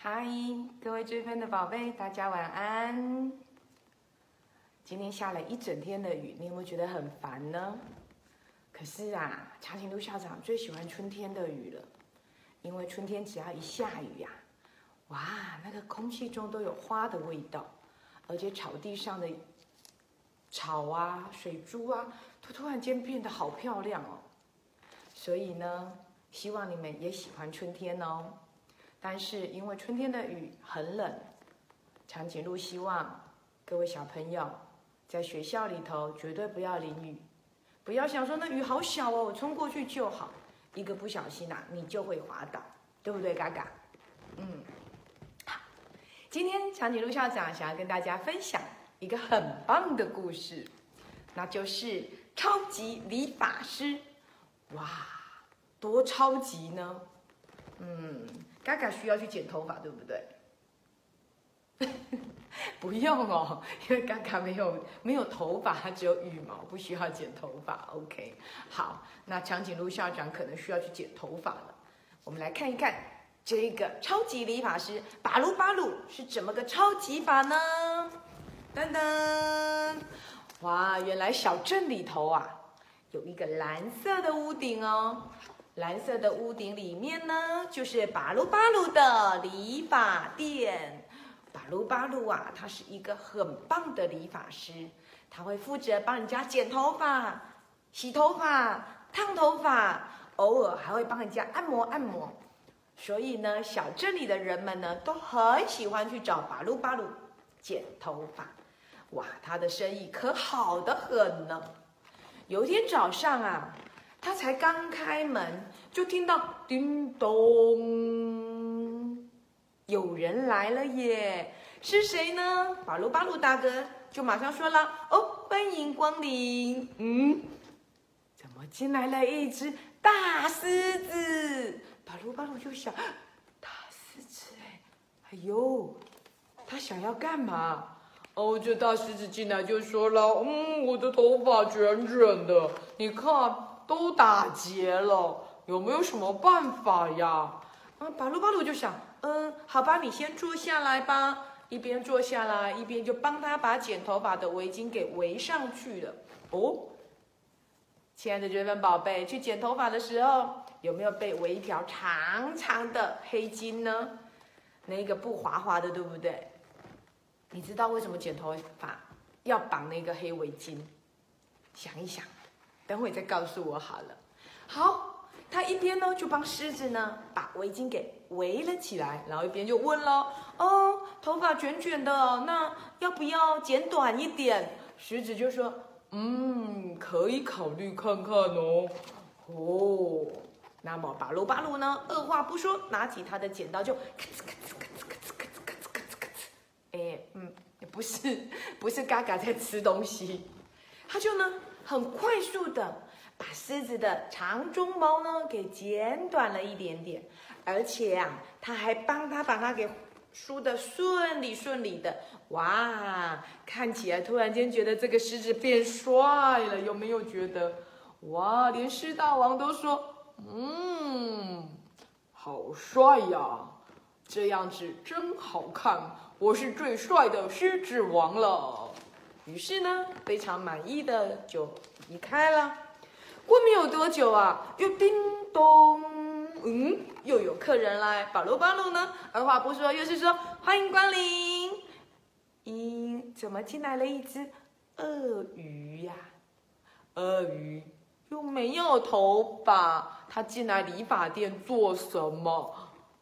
嗨，各位追分的宝贝，大家晚安。今天下了一整天的雨，你有没有觉得很烦呢？可是啊，长颈鹿校长最喜欢春天的雨了，因为春天只要一下雨呀，哇，那个空气中都有花的味道，而且草地上的草啊、水珠啊，都突然间变得好漂亮哦。所以呢，希望你们也喜欢春天哦。但是因为春天的雨很冷，长颈鹿希望各位小朋友在学校里头绝对不要淋雨，不要想说那雨好小哦，我冲过去就好，一个不小心啊，你就会滑倒，对不对，嘎嘎？好，今天长颈鹿校长想要跟大家分享一个很棒的故事，那就是超级理发师。哇，多超级呢？嘎嘎需要去剪头发，对不对？不用哦，因为嘎嘎没有头发，它只有羽毛，不需要剪头发。OK， 好，那长颈鹿校长可能需要去剪头发了。我们来看一看这个超级理发师巴鲁巴鲁是怎么个超级法呢？噔噔，哇，原来小镇里头啊有一个蓝色的屋顶哦。蓝色的屋顶里面呢，就是巴鲁巴鲁的理发店。巴鲁巴鲁啊，他是一个很棒的理发师，他会负责帮人家剪头发、洗头发、烫头发，偶尔还会帮人家按摩按摩。所以呢，小镇里的人们呢，都很喜欢去找巴鲁巴鲁剪头发。哇，他的生意可好得很呢。有一天早上啊，他才刚开门，就听到叮咚，有人来了耶！是谁呢？巴鲁巴鲁大哥就马上说了：“哦，欢迎光临。”怎么进来了一只大狮子？巴鲁巴鲁就想，大狮子哎呦，他想要干嘛？哦，这大狮子进来就说了：“我的头发卷卷的，你看。”都打结了，有没有什么办法呀？巴鲁巴鲁就想，好吧，你先坐下来吧。一边坐下来，一边就帮他把剪头发的围巾给围上去了。哦，亲爱的追分宝贝，去剪头发的时候，有没有被围一条长长的黑巾呢？那个布滑滑的，对不对？你知道为什么剪头发要绑那个黑围巾？想一想。等会再告诉我好了。好，他一边呢就帮狮子呢把围巾给围了起来，然后一边就问了：“哦，头发卷卷的，那要不要剪短一点？”狮子就说：“可以考虑看看哦。”哦，那么巴鲁巴鲁呢，二话不说，拿起他的剪刀就咔哧咔哧咔哧咔哧咔哧咔哧咔哧咔哧。不是嘎嘎在吃东西，他就呢。很快速的把狮子的长鬃毛呢给剪短了一点点，而且啊，他还帮他把它给梳得顺利的。哇，看起来突然间觉得这个狮子变帅了，有没有觉得？哇，连狮大王都说，好帅呀，这样子真好看，我是最帅的狮子王了。于是呢，非常满意的就离开了。过没有多久啊，又叮咚，又有客人来。巴鲁巴鲁呢，二话不说，又是说欢迎光临。怎么进来了一只鳄鱼呀？鳄鱼又没有头发，它进来理发店做什么？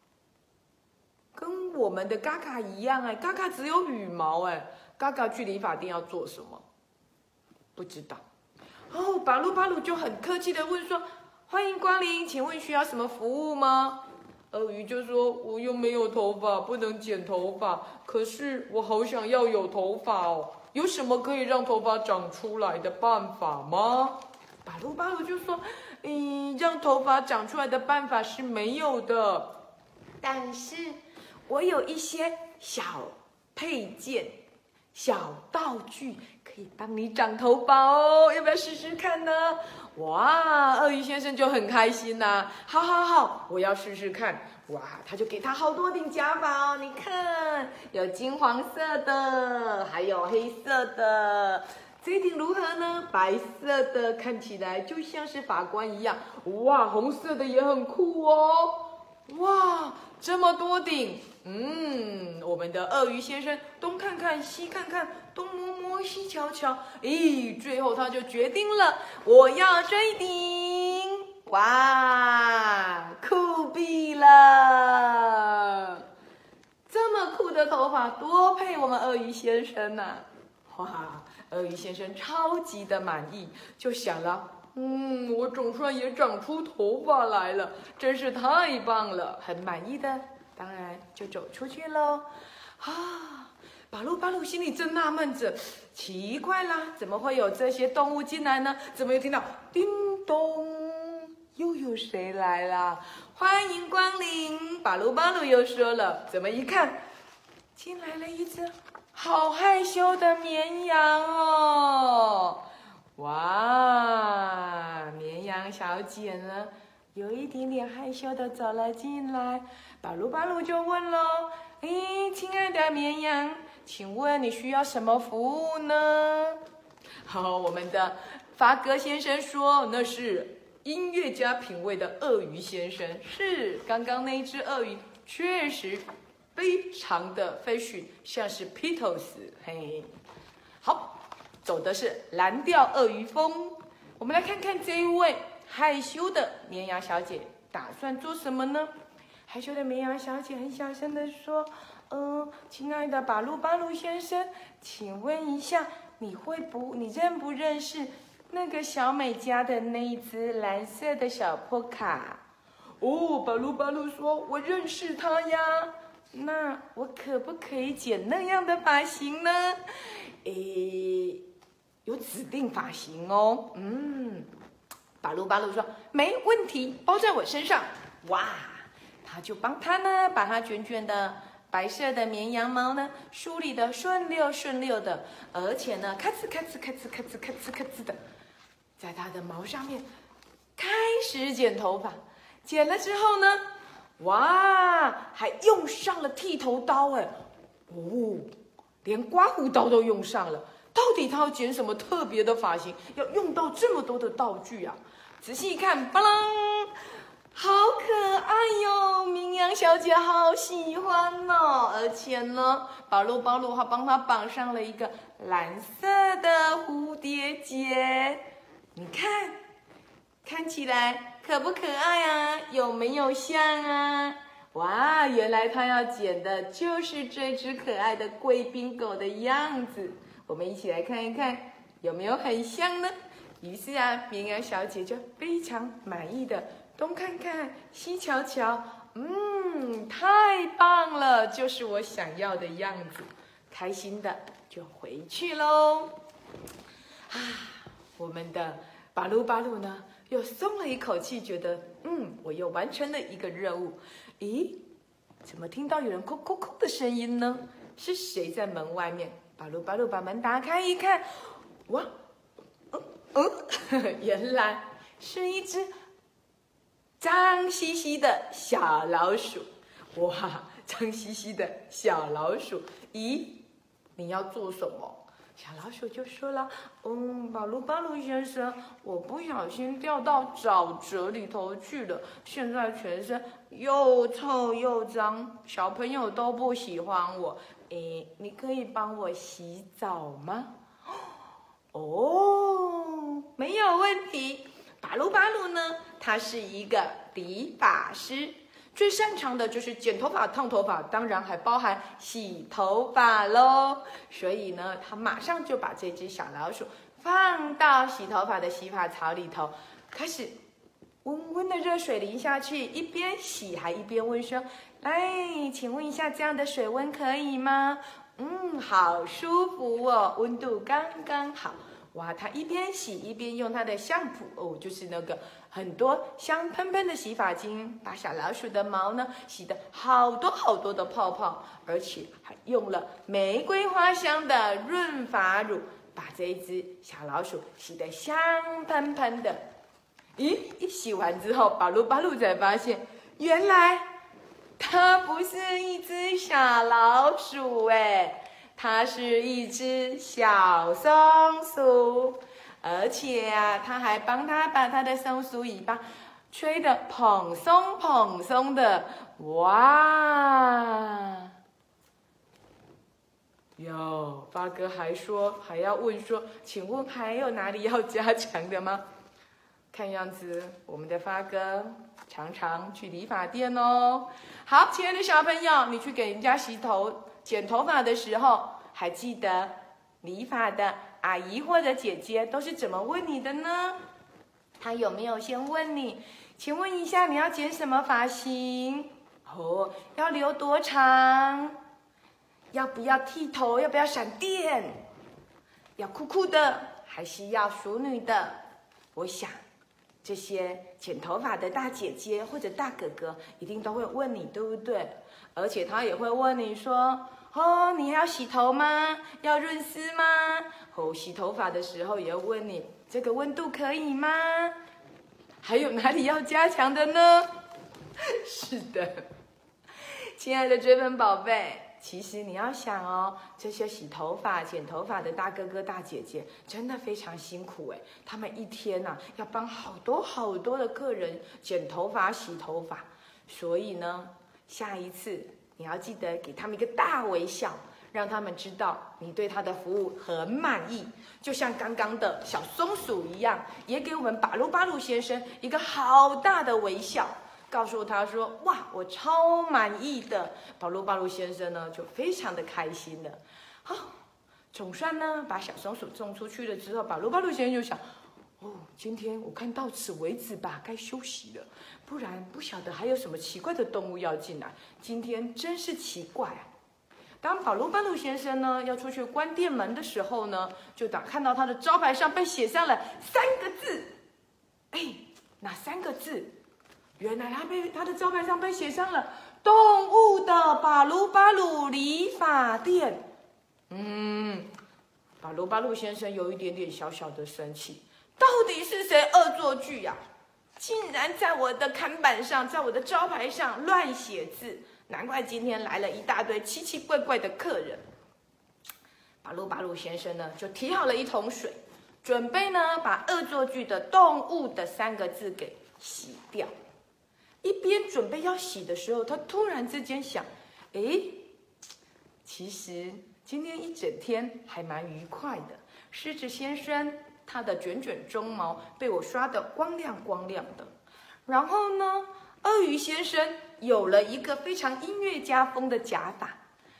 跟我们的嘎嘎一样哎，嘎嘎只有羽毛哎。嘎嘎去理发店要做什么？不知道。哦，巴鲁巴鲁就很客气的问说：“欢迎光临，请问需要什么服务吗？”鳄鱼就说：“我又没有头发，不能剪头发，可是我好想要有头发哦，有什么可以让头发长出来的办法吗？”巴鲁巴鲁就说：“让头发长出来的办法是没有的，但是我有一些小配件。”小道具可以帮你长头发哦，要不要试试看呢？ 哇，鳄鱼先生就很开心呐、好好好，我要试试看。哇，他就给他好多顶假发哦，你看，有金黄色的，还有黑色的。这顶如何呢？白色的，看起来就像是法官一样。哇，红色的也很酷哦。哇，这么多顶，我们的鳄鱼先生东看看西看看，东摸摸西瞧瞧，咦，最后他就决定了，我要这一顶。哇，酷毙了！这么酷的头发，多配我们鳄鱼先生呐、哇，鳄鱼先生超级的满意，就想了，我总算也长出头发来了，真是太棒了，很满意的，当然就走出去喽。巴鲁心里正纳闷着，奇怪啦，怎么会有这些动物进来呢？怎么又听到叮咚，又有谁来啦？欢迎光临！巴鲁又说了，怎么一看，进来了一只好害羞的绵羊哦！哇，绵羊小姐呢，有一点点害羞的走了进来。巴鲁就问喽：“亲爱的绵羊，请问你需要什么服务呢？”好，我们的发哥先生说，那是音乐家品味的鳄鱼先生。是，刚刚那一只鳄鱼确实非常的 fashion， 像是 Beatles， 嘿，好，走的是蓝调鳄鱼风。我们来看看这一位害羞的绵羊小姐打算做什么呢？害羞的绵羊小姐很小声的说：“亲爱的巴鲁先生，请问一下，你认不认识那个小美家的那一只蓝色的小波卡？”哦，巴鲁说：“我认识它呀。”那我可不可以剪那样的发型呢？有指定发型哦。巴鲁说没问题，包在我身上。哇，他就帮他呢，把他卷卷的白色的绵羊毛呢梳理的顺溜的，而且呢，咔哧的，在他的毛上面开始剪头发。剪了之后呢，哇，还用上了剃头刀连刮胡刀都用上了。到底他要剪什么特别的发型，要用到这么多的道具啊？仔细一看，巴啷，好可爱哟！绵羊小姐好喜欢哦，而且呢，巴鲁还帮她绑上了一个蓝色的蝴蝶结。你看起来可不可爱啊？有没有像啊？哇，原来她要剪的就是这只可爱的贵宾狗的样子。我们一起来看一看，有没有很像呢？于是啊，绵羊小姐就非常满意的东看看西瞧瞧，太棒了，就是我想要的样子，开心的就回去喽。我们的巴鲁呢，又松了一口气，觉得我又完成了一个任务。咦，怎么听到有人叩的声音呢？是谁在门外面？巴鲁把门打开一看，哇，原来是一只脏兮兮的小老鼠。哇，脏兮兮的小老鼠，咦，你要做什么？小老鼠就说了，巴鲁先生，我不小心掉到沼泽里头去了，现在全身又臭又脏，小朋友都不喜欢我。你可以帮我洗澡吗？没有问题。巴鲁呢，他是一个理发师，最擅长的就是剪头发、烫头发，当然还包含洗头发咯。所以呢，他马上就把这只小老鼠放到洗头发的洗发槽里头，开始温温的热水淋下去，一边洗还一边问说：“来，请问一下，这样的水温可以吗？”好舒服哦，温度刚刚好。哇，他一边洗一边用他的相扑就是那个很多香喷喷的洗发精，把小老鼠的毛呢洗得好多的泡泡，而且还用了玫瑰花香的润发乳，把这一只小老鼠洗得香喷喷的。 咦，一洗完之后，巴鲁巴鲁才发现，原来它不是一只小老鼠哎，它是一只小松鼠，而且啊，它还帮它把它的松鼠尾巴吹得蓬松蓬松的，哇！哟，发哥还要问说，请问还有哪里要加强的吗？看样子我们的发哥常常去理发店哦。好，亲爱的小朋友，你去给人家剪头发的时候，还记得理发的阿姨或者姐姐都是怎么问你的呢？她有没有先问你，请问一下你要剪什么发型？哦，要留多长？要不要剃头？要不要闪电？要酷酷的还是要淑女的？我想这些剪头发的大姐姐或者大哥哥一定都会问你，对不对？而且他也会问你说，哦，你还要洗头吗？要润丝吗？哦，洗头发的时候也要问你，这个温度可以吗？还有哪里要加强的呢？是的，亲爱的追分宝贝，其实你要想哦，这些洗头发、剪头发的大哥哥大姐姐真的非常辛苦哎，他们一天啊要帮好多好多的客人剪头发、洗头发，所以呢，下一次你要记得给他们一个大微笑，让他们知道你对他的服务很满意，就像刚刚的小松鼠一样，也给我们巴鲁巴鲁先生一个好大的微笑。告诉他说：“哇，我超满意的。”巴鲁巴鲁先生呢就非常的开心了。好，总算呢把小松鼠送出去了之后，巴鲁巴鲁先生就想：“哦，今天我看到此为止吧，该休息了，不然不晓得还有什么奇怪的动物要进来。今天真是奇怪啊！”当巴鲁巴鲁先生呢要出去关店门的时候呢，就看到他的招牌上被写上了3个字。哎，哪3个字？原来他的招牌上被写上了“动物的巴鲁巴鲁理发店”。巴鲁巴鲁先生有一点点小小的生气，到底是谁恶作剧呀？竟然在我的看板上，在我的招牌上乱写字，难怪今天来了一大堆奇奇怪怪的客人。巴鲁巴鲁先生呢，就提好了一桶水，准备呢把恶作剧的“动物”的3个字给洗掉。一边准备要洗的时候，他突然之间想，其实今天一整天还蛮愉快的。狮子先生他的卷卷鬃毛被我刷得光亮光亮的，然后呢，鳄鱼先生有了一个非常音乐家风的假发，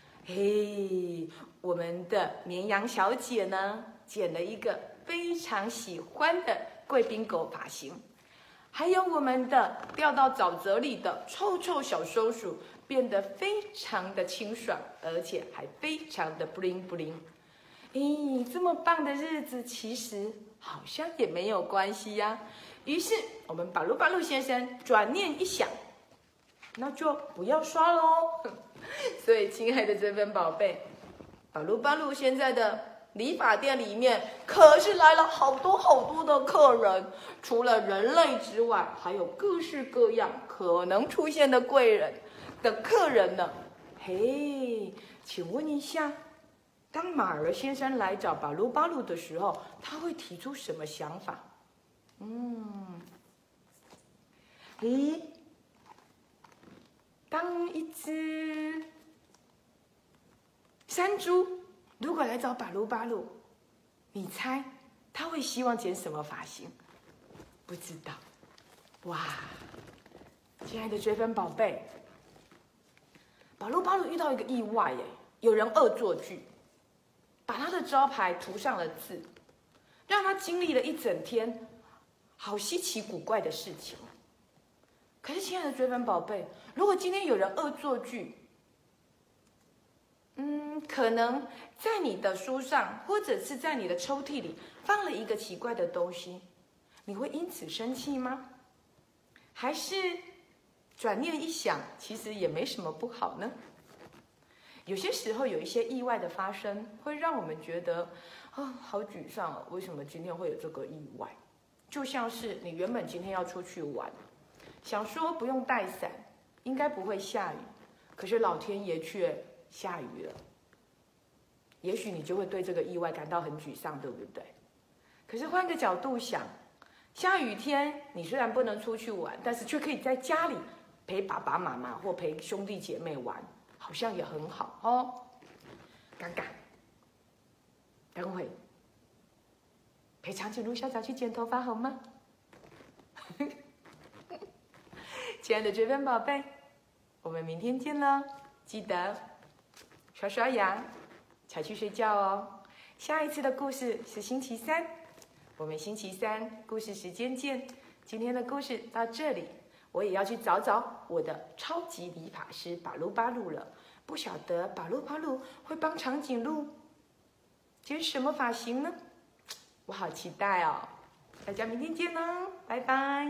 我们的绵羊小姐呢剪了一个非常喜欢的贵宾狗发型。还有我们的掉到沼泽里的臭臭小松鼠变得非常的清爽，而且还非常的 bling bling。这么棒的日子其实好像也没有关系呀。于是我们巴鲁巴鲁先生转念一想，那就不要刷咯。所以亲爱的这份宝贝，巴鲁巴鲁现在的理发店里面可是来了好多好多的客人，除了人类之外，还有各式各样可能出现的客人呢。请问一下，当马儿先生来找巴鲁巴鲁的时候，他会提出什么想法？当一只山猪如果来找巴鲁巴鲁，你猜他会希望剪什么发型？不知道。哇，亲爱的追分宝贝，巴鲁巴鲁遇到一个意外耶，有人恶作剧，把他的招牌涂上了字，让他经历了一整天好稀奇古怪的事情。可是亲爱的追分宝贝，如果今天有人恶作剧，可能在你的书上或者是在你的抽屉里放了一个奇怪的东西，你会因此生气吗？还是转念一想，其实也没什么不好呢？有些时候有一些意外的发生，会让我们觉得好沮丧哦，为什么今天会有这个意外？ 就像是你原本今天要出去玩，想说不用带伞，应该不会下雨，可是老天爷却下雨了。也许你就会对这个意外感到很沮丧，对不对？可是换个角度想，下雨天你虽然不能出去玩，但是却可以在家里陪爸爸妈妈或陪兄弟姐妹玩，好像也很好哦。刚刚，等会陪长颈鹿校长去剪头发好吗？亲爱的追分宝贝，我们明天见喽！记得刷刷牙才去睡觉哦。下一次的故事是星期三，我们星期三故事时间见。今天的故事到这里，我也要去找找我的超级理发师巴鲁巴鲁了。不晓得巴鲁巴鲁会帮长颈鹿剪什么发型呢？我好期待哦！大家明天见喽，拜拜。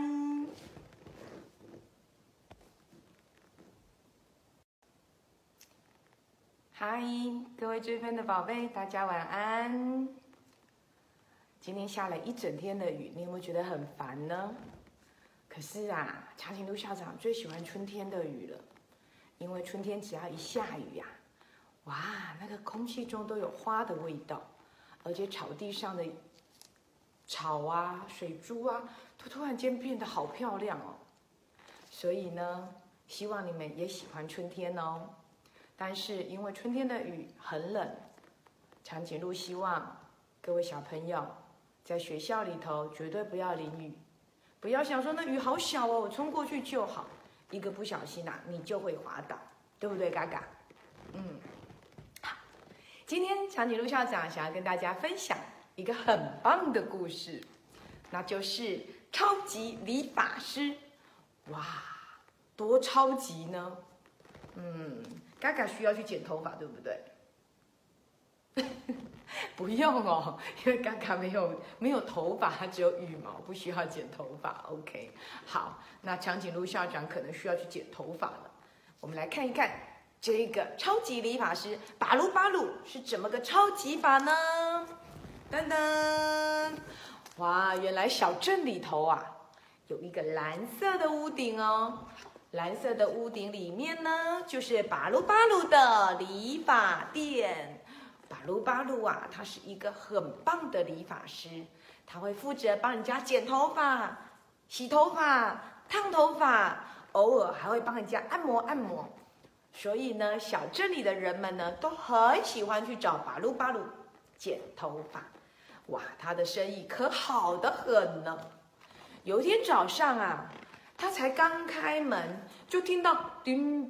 嗨，各位追分的宝贝，大家晚安。今天下了一整天的雨，你有没有觉得很烦呢？可是啊，长颈鹿校长最喜欢春天的雨了，因为春天只要一下雨呀，哇，那个空气中都有花的味道，而且草地上的草啊、水珠啊，都突然间变得好漂亮哦。所以呢，希望你们也喜欢春天哦。但是因为春天的雨很冷，长颈鹿希望各位小朋友在学校里头绝对不要淋雨，不要想说那雨好小哦，我冲过去就好，一个不小心啊，你就会滑倒，对不对，嘎嘎？好，今天长颈鹿校长想要跟大家分享一个很棒的故事，那就是超级理发师。哇，多超级呢？嘎嘎需要去剪头发，对不对？不用哦，因为嘎嘎没有头发，它只有羽毛，不需要剪头发。OK， 好，那长颈鹿校长可能需要去剪头发了。我们来看一看这个超级理发师巴鲁巴鲁是怎么个超级法呢？噔噔，哇，原来小镇里头啊有一个蓝色的屋顶哦。蓝色的屋顶里面呢，就是巴鲁巴鲁的理发店。巴鲁巴鲁啊，他是一个很棒的理发师，他会负责帮人家剪头发、洗头发、烫头发，偶尔还会帮人家按摩。所以呢，小镇里的人们呢，都很喜欢去找巴鲁巴鲁剪头发。哇，他的生意可好得很呢。有一天早上啊，他才刚开门，就听到叮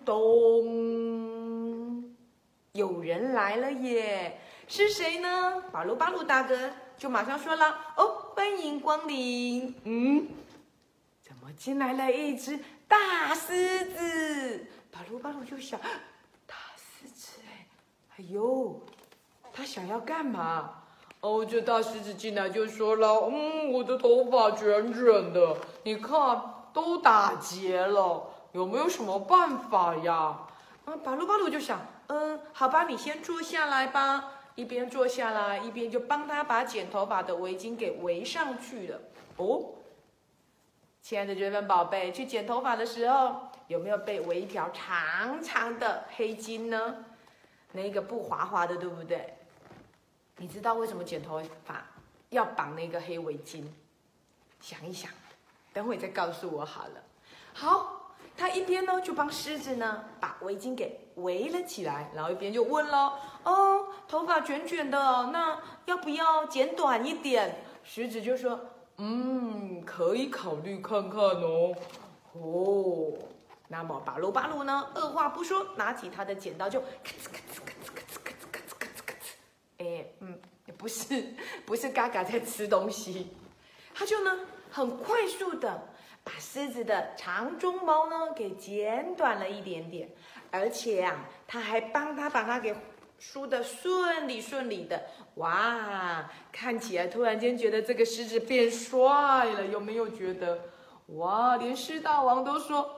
咚，有人来了耶！是谁呢？巴鲁巴鲁大哥就马上说了：“哦，欢迎光临。”怎么进来了一只大狮子？巴鲁巴鲁就想，大狮子哎呦，他想要干嘛？哦，这大狮子进来就说了：“我的头发卷卷的，你看。”都打结了，有没有什么办法呀？巴鲁巴鲁就想，好吧，你先坐下来吧。一边坐下来，一边就帮他把剪头发的围巾给围上去了。哦，亲爱的追分宝贝，去剪头发的时候，有没有被围一条长长的黑巾呢？那个布滑滑的，对不对？你知道为什么剪头发要绑那个黑围巾？想一想。等会再告诉我好了。好，他一边呢就帮狮子呢把围巾给围了起来，然后一边就问了：“哦，头发卷卷的，那要不要剪短一点？”狮子就说：“可以考虑看看哦。”哦，那么巴鲁巴鲁呢，二话不说，拿起他的剪刀就咔哧咔哧咔哧咔哧咔哧咔哧咔哧咔哧，不是嘎嘎在吃东西，他就呢。很快速的把狮子的长鬃毛呢给剪短了一点点，而且啊，他还帮他把它给梳得顺利的。哇，看起来突然间觉得这个狮子变帅了，有没有觉得？哇，连狮大王都说，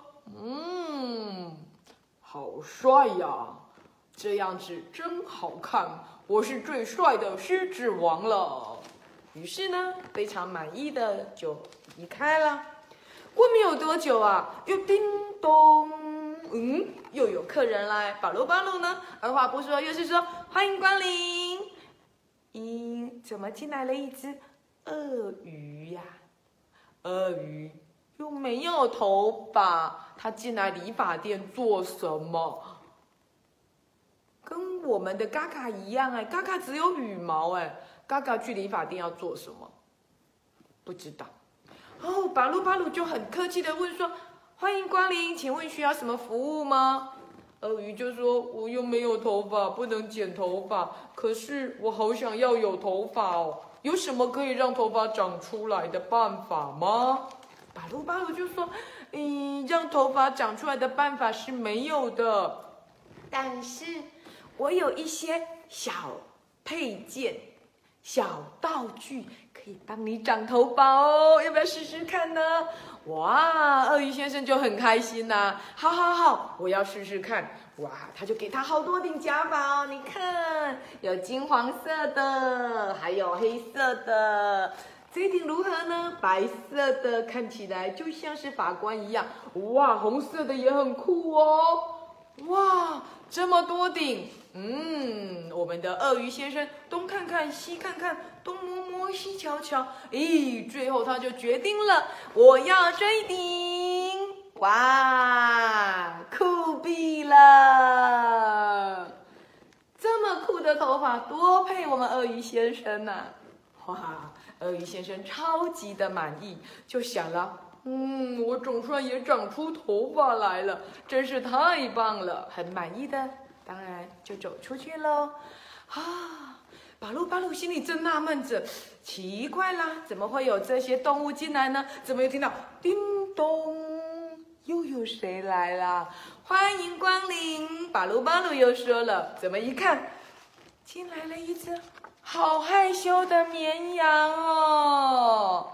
好帅呀，这样子真好看，我是最帅的狮子王了。 于是呢，非常满意的就离开了。过没有多久啊，又叮咚，又有客人来。巴鲁巴鲁呢，二话不说，又是说欢迎光临。怎么进来了一只鳄鱼呀？鳄鱼又没有头发，它进来理发店做什么？跟我们的嘎嘎一样嘎嘎只有羽毛嘎嘎去理发店要做什么？不知道。巴鲁巴鲁就很客气的问说：“欢迎光临，请问需要什么服务吗？”鳄鱼就说：“我又没有头发，不能剪头发，可是我好想要有头发哦，有什么可以让头发长出来的办法吗？”巴鲁巴鲁就说：“让头发长出来的办法是没有的，但是我有一些小配件、小道具。”可以帮你长头发哦，要不要试试看呢？哇，鳄鱼先生就很开心呐，好，我要试试看。哇，他就给他好多顶假发哦，你看，有金黄色的，还有黑色的。这一顶如何呢？白色的，看起来就像是法官一样。哇，红色的也很酷哦。哇，这么多顶。我们的鳄鱼先生东看看西看看，东摸摸西瞧瞧，最后他就决定了，我要这一顶！哇，酷毙了！这么酷的头发，多配我们鳄鱼先生啊！哇，鳄鱼先生超级的满意，就想了，我总算也长出头发来了，真是太棒了，很满意的。当然就走出去喽。巴鲁巴鲁心里正纳闷着，奇怪啦，怎么会有这些动物进来呢？怎么又听到叮咚，又有谁来啦？欢迎光临！巴鲁巴鲁又说了，怎么一看，进来了一只好害羞的绵羊哦！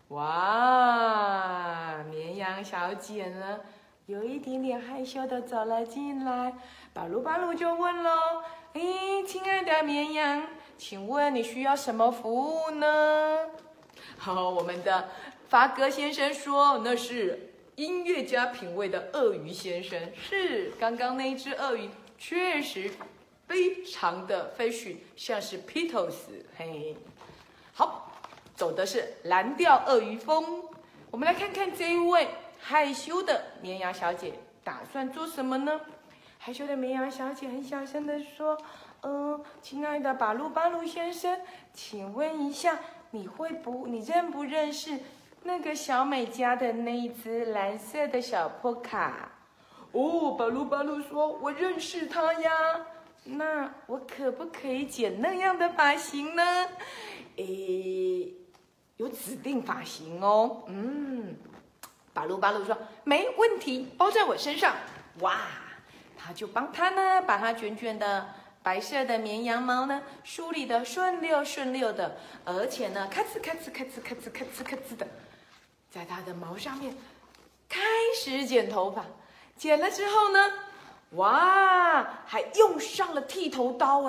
哇，绵羊小姐呢？有一点点害羞的走了进来，巴鲁巴鲁就问喽：“亲爱的绵羊，请问你需要什么服务呢？”好，我们的发哥先生说：“那是音乐家品味的鳄鱼先生，是刚刚那一只鳄鱼确实非常的 fashion， 像是 Beatles， 嘿，好，走的是蓝调鳄鱼风。我们来看看这一位。”害羞的绵羊小姐打算做什么呢？害羞的绵羊小姐很小声的说：“亲爱的巴鲁巴鲁先生，请问一下，你认不认识那个小美家的那一只蓝色的小波卡？”巴鲁巴鲁说：“我认识她呀。那我可不可以剪那样的发型呢？”有指定发型哦。巴鲁巴鲁说：“没问题，包在我身上。”哇，他就帮他呢，把他卷卷的白色的绵羊毛呢梳理的顺溜的，而且呢，咔哧咔哧咔哧咔哧咔哧咔哧的，在他的毛上面开始剪头发。剪了之后呢，哇，还用上了剃头刀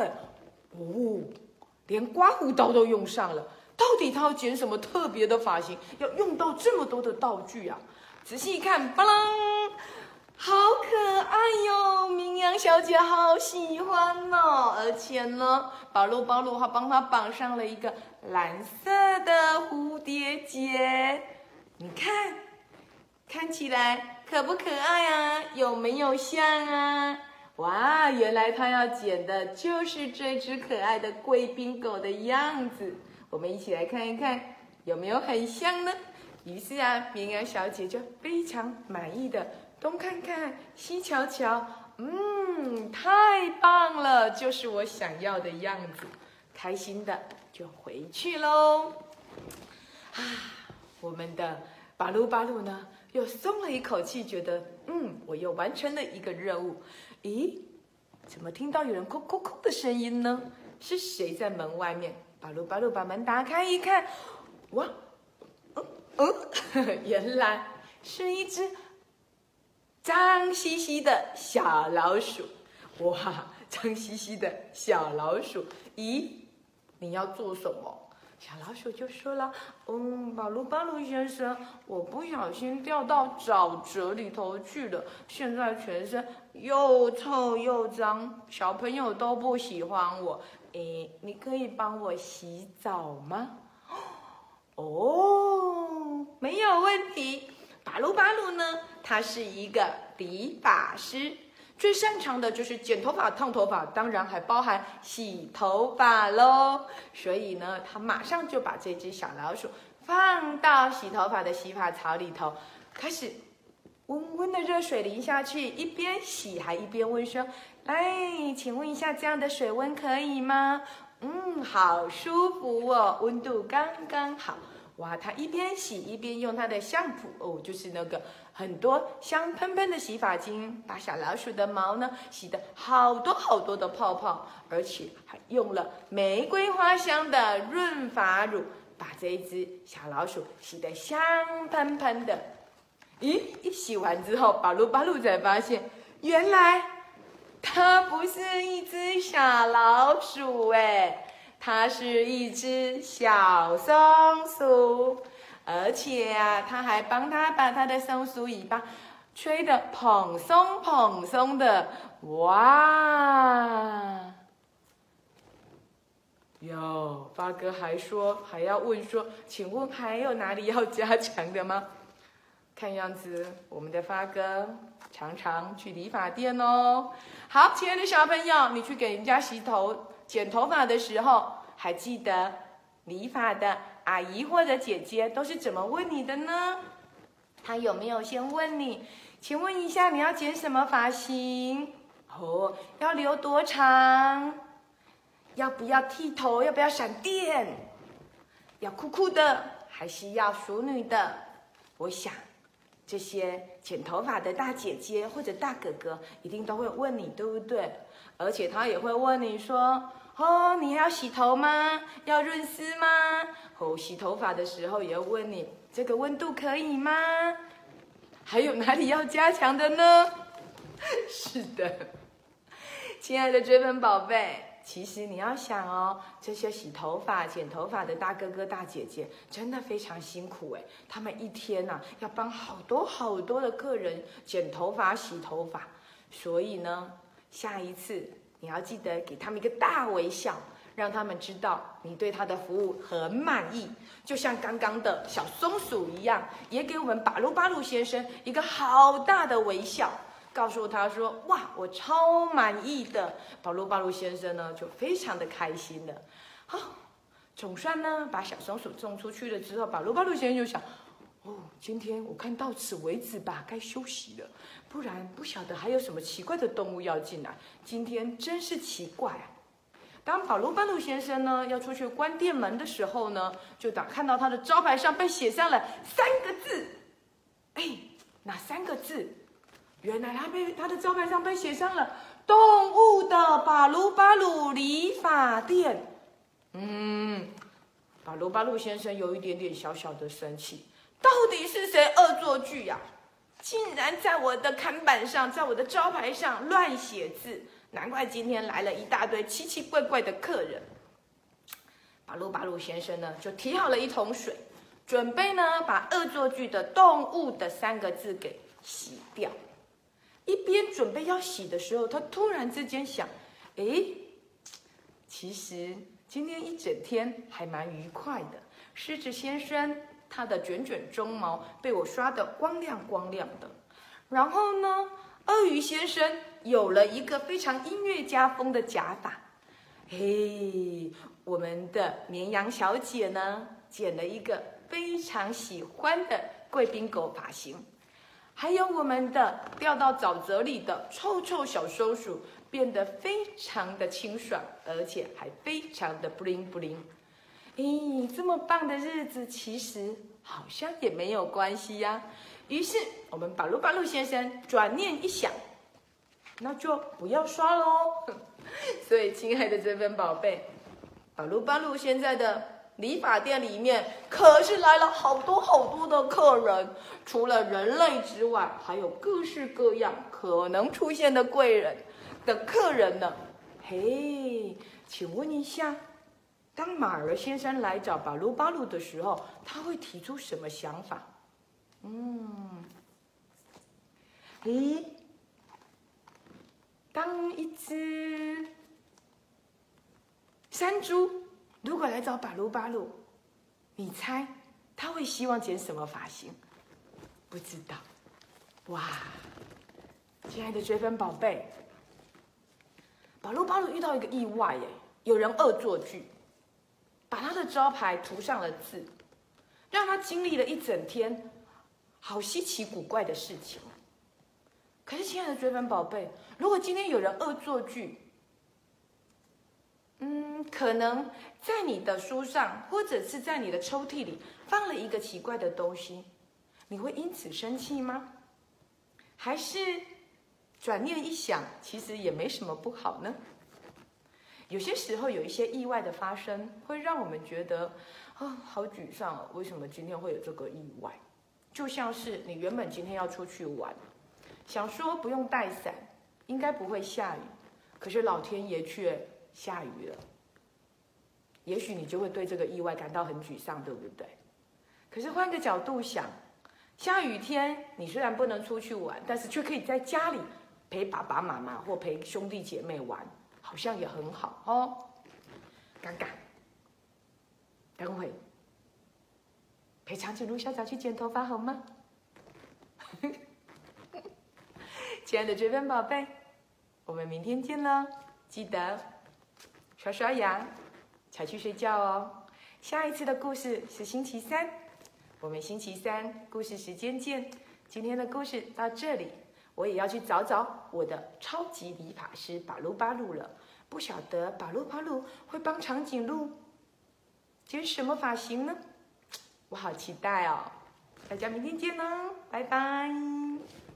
连刮胡刀都用上了。到底他要剪什么特别的发型，要用到这么多的道具啊？仔细一看，巴啷，好可爱哟！绵羊小姐好喜欢哦，而且呢，巴鲁还帮她绑上了一个蓝色的蝴蝶结。你看起来可不可爱啊？有没有像啊？哇，原来她要剪的就是这只可爱的贵宾狗的样子。我们一起来看一看，有没有很像呢？于是啊，绵羊小姐就非常满意的东看看西瞧瞧，太棒了，就是我想要的样子，开心的就回去喽。我们的巴鲁呢，又松了一口气，觉得我又完成了一个任务。怎么听到有人叩叩叩的声音呢？是谁在门外面？巴鲁把门打开一看，哇，原来是一只脏兮兮的小老鼠。哇，脏兮兮的小老鼠，你要做什么？ 小老鼠就说了：“巴鲁巴鲁先生，我不小心掉到沼泽里头去了，现在全身又臭又脏，小朋友都不喜欢我。你可以帮我洗澡吗？”哦，没有问题。巴鲁巴鲁呢，他是一个理发师，最擅长的就是剪头发、烫头发，当然还包含洗头发咯。所以呢，他马上就把这只小老鼠放到洗头发的洗发槽里头，开始温温的热水淋下去，一边洗还一边问说：“哎，请问一下，这样的水温可以吗？”好舒服哦，温度刚刚好。哇，他一边洗一边用他的相扑就是那个很多香喷喷的洗发精，把小老鼠的毛呢洗得好多好多的泡泡，而且还用了玫瑰花香的润发乳，把这一只小老鼠洗得香喷喷的。一洗完之后，巴鲁巴鲁才发现，原来它不是一只小老鼠它是一只小松鼠，而且它还帮它把它的松鼠尾巴吹得蓬松蓬松的。哇！发哥还要问说，请问还有哪里要加强的吗？看样子我们的发哥常常去理发店哦。好，亲爱的小朋友，你去给人家剪头发的时候，还记得理发的阿姨或者姐姐都是怎么问你的呢？她有没有先问你，请问一下你要剪什么发型？要留多长？要不要剃头？要不要闪电？要酷酷的还是要淑女的？我想这些剪头发的大姐姐或者大哥哥一定都会问你，对不对？而且他也会问你说，你还要洗头吗？要润丝吗？洗头发的时候也要问你，这个温度可以吗？还有哪里要加强的呢？是的，亲爱的追分宝贝，其实你要想这些洗头发、剪头发的大哥哥大姐姐真的非常辛苦他们一天要帮好多好多的客人剪头发、洗头发，所以呢，下一次你要记得给他们一个大微笑，让他们知道你对他的服务很满意，就像刚刚的小松鼠一样，也给我们巴鲁巴鲁先生一个好大的微笑，告诉他说，哇，我超满意的。巴鲁巴鲁先生呢就非常的开心了。总算呢把小松鼠送出去了之后，巴鲁巴鲁先生就想，今天我看到此为止吧，该休息了，不然不晓得还有什么奇怪的动物要进来，今天真是奇怪当巴鲁巴鲁先生呢要出去关店门的时候呢，就看到他的招牌上被写上了3个字。哪3个字？原来他的招牌上被写上了动物的巴鲁巴鲁理发店。巴鲁巴鲁先生有一点点小小的生气，到底是谁恶作剧呀？竟然在我的看板上，在我的招牌上乱写字，难怪今天来了一大堆奇奇怪怪的客人。巴鲁巴鲁先生呢就提好了一桶水，准备呢把恶作剧的动物的3个字给洗掉。一边准备要洗的时候，他突然之间想，其实今天一整天还蛮愉快的。狮子先生他的卷卷鬃毛被我刷得光亮光亮的，然后呢，鳄鱼先生有了一个非常音乐家风的假发。我们的绵羊小姐呢剪了一个非常喜欢的贵宾狗发型。还有我们的掉到沼泽里的臭臭小松鼠变得非常的清爽，而且还非常的 bling bling。这么棒的日子其实好像也没有关系呀。于是我们巴鲁巴鲁先生转念一想，那就不要刷咯。所以亲爱的这份宝贝，巴鲁巴鲁现在的理发店里面可是来了好多好多的客人，除了人类之外，还有各式各样可能出现的客人呢。请问一下， 当马儿先生来找巴鲁巴鲁的时候，他会提出什么想法？当一只山猪如果来找巴鲁巴鲁，你猜他会希望剪什么发型？不知道。哇，亲爱的追分宝贝，巴鲁巴鲁遇到一个意外耶，有人恶作剧，把他的招牌涂上了字，让他经历了一整天好稀奇古怪的事情。可是，亲爱的追分宝贝，如果今天有人恶作剧，可能在你的书上，或者是在你的抽屉里放了一个奇怪的东西，你会因此生气吗？还是转念一想，其实也没什么不好呢？有些时候有一些意外的发生，会让我们觉得好沮丧哦，为什么今天会有这个意外？就像是你原本今天要出去玩，想说不用带伞，应该不会下雨，可是老天爷却下雨了。也许你就会对这个意外感到很沮丧，对不对？可是换个角度想，下雨天你虽然不能出去玩，但是却可以在家里陪爸爸妈妈或陪兄弟姐妹玩，好像也很好哦。刚刚，等会陪长颈鹿校长去剪头发好吗？亲爱的追分宝贝，我们明天见喽！记得刷刷牙，才去睡觉哦。下一次的故事是星期三，我们星期三故事时间见。今天的故事到这里，我也要去找找我的超级理发师巴鲁巴鲁了。不晓得巴鲁巴鲁会帮长颈鹿剪什么发型呢？我好期待哦！大家明天见喽，拜拜。